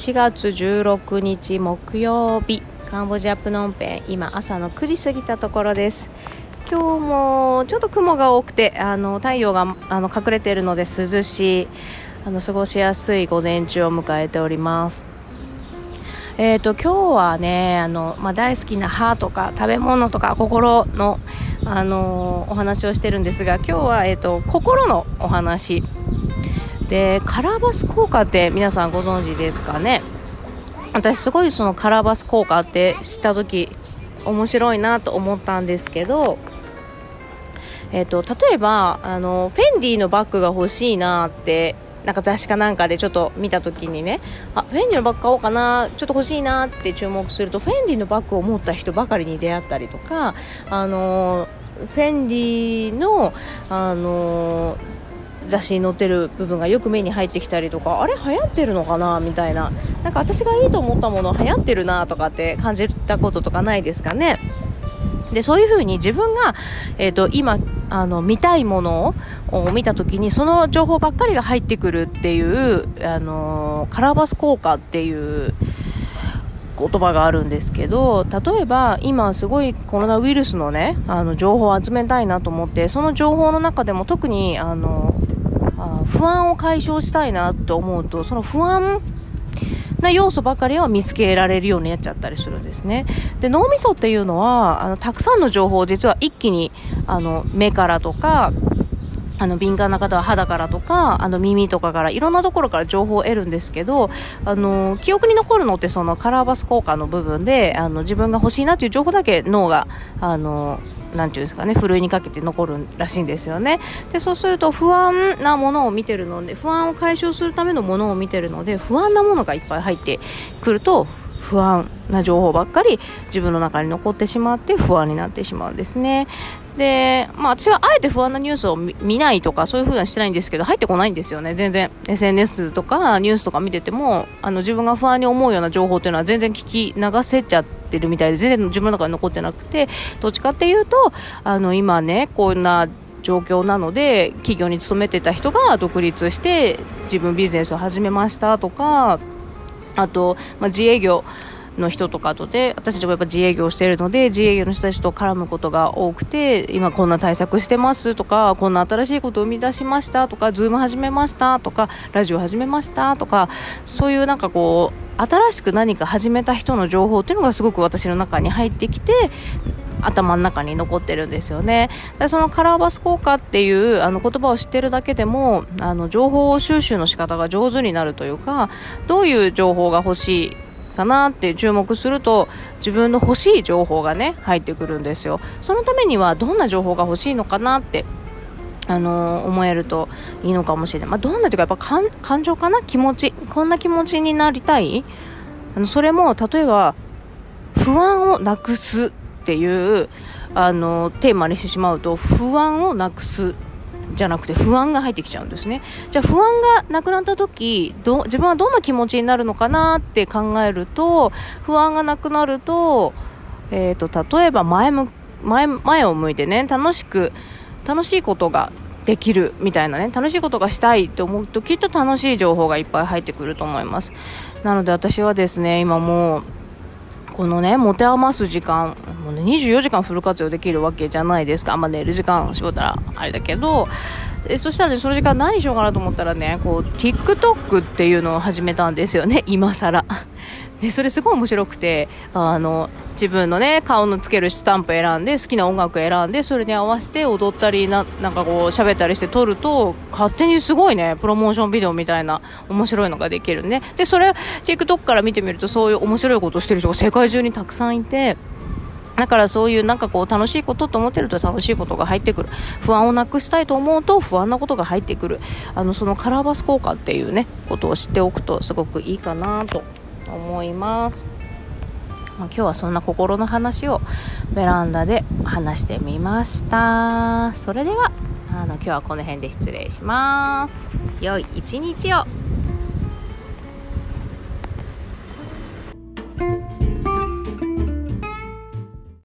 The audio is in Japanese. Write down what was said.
4月16日木曜日、カンボジアプノンペン、今朝の9時過ぎたところです。今日もちょっと雲が多くて太陽が隠れているので涼しい過ごしやすい午前中を迎えております。今日はね大好きな歯とか食べ物とか心の、お話をしてるんですが、今日は、心のお話で、カラーバス効果って皆さんご存知ですかね。私すごいそのカラーバス効果って知った時面白いなと思ったんですけど、例えばフェンディのバッグが欲しいなってなんか雑誌かなんかでちょっと見た時にね、フェンディのバッグ買おうかな、ちょっと欲しいなって注目すると、フェンディのバッグを持った人ばかりに出会ったりとか、フェンディの雑誌に載ってる部分がよく目に入ってきたりとか、あれ流行ってるのかなみたいな、なんか私がいいと思ったもの流行ってるなとかって感じたこととかないですかね。で、そういう風に自分が、今見たいものを見た時にその情報ばっかりが入ってくるっていうカラーバス効果っていう言葉があるんですけど、例えば今すごいコロナウイルスのね情報を集めたいなと思って、その情報の中でも特に不安を解消したいなと思うと、その不安な要素ばかりを見つけられるようになっちゃったりするんですね。で、脳みそっていうのはたくさんの情報を実は一気に目からとか敏感な方は肌からとか耳とかからいろんなところから情報を得るんですけど、記憶に残るのってそのカラーバス効果の部分で自分が欲しいなという情報だけ脳がなんていうんですかね、ふるいにかけて残るらしいんですよね。で、そうすると不安なものを見てるので、不安を解消するためのものを見てるので、不安なものがいっぱい入ってくると不安な情報ばっかり自分の中に残ってしまって不安になってしまうんですね。で、私はあえて不安なニュースを見ないとかそういう風にはしてないんですけど、入ってこないんですよね。全然 SNS とかニュースとか見てても自分が不安に思うような情報っていうのは全然聞き流せちゃってるみたいで、全然自分の中に残ってなくて、どっちかっていうと今ねこんな状況なので企業に勤めてた人が独立して自分ビジネスを始めましたとか、あと、自営業の人とかとで、私たちもやっぱ自営業しているので自営業の人たちと絡むことが多くて、今こんな対策してますとか、こんな新しいことを生み出しましたとか、ズーム始めましたとか、ラジオ始めましたとか、そういうなんかこう新しく何か始めた人の情報っていうのがすごく私の中に入ってきて頭の中に残ってるんですよね。で、そのカラーバス効果っていう言葉を知ってるだけでも情報収集の仕方が上手になるというか、どういう情報が欲しいかなって注目すると自分の欲しい情報がね入ってくるんですよ。そのためにはどんな情報が欲しいのかなって思えるといいのかもしれない。どんなというかやっぱ感情かな、気持ち、こんな気持ちになりたい。それも例えば不安をなくすっていうテーマにしてしまうと、不安をなくすじゃなくて不安が入ってきちゃうんですね。じゃあ不安がなくなった時自分はどんな気持ちになるのかなって考えると、不安がなくなると、例えば前を向いてね、楽しいことができるみたいなね、楽しいことがしたいと思うときっと楽しい情報がいっぱい入ってくると思います。なので私はですね、今もうこのね持て余す時間もう、ね、24時間フル活用できるわけじゃないですか。寝る時間絞ったらあれだけど、そしたらねその時間何しようかなと思ったらね、こう TikTok っていうのを始めたんですよね、今更。でそれすごい面白くて、自分のね顔のつけるスタンプ選んで好きな音楽選んでそれに合わせて踊ったりなんかこう喋ったりして撮ると、勝手にすごいねプロモーションビデオみたいな面白いのができるね。でそれ TikTok から見てみると、そういう面白いことをしてる人が世界中にたくさんいて、だからそういうなんかこう楽しいことと思ってると楽しいことが入ってくる、不安をなくしたいと思うと不安なことが入ってくる、そのカラーバス効果っていうねことを知っておくとすごくいいかなと思います。今日はそんな心の話をベランダで話してみました。それでは今日はこの辺で失礼します。良い一日を。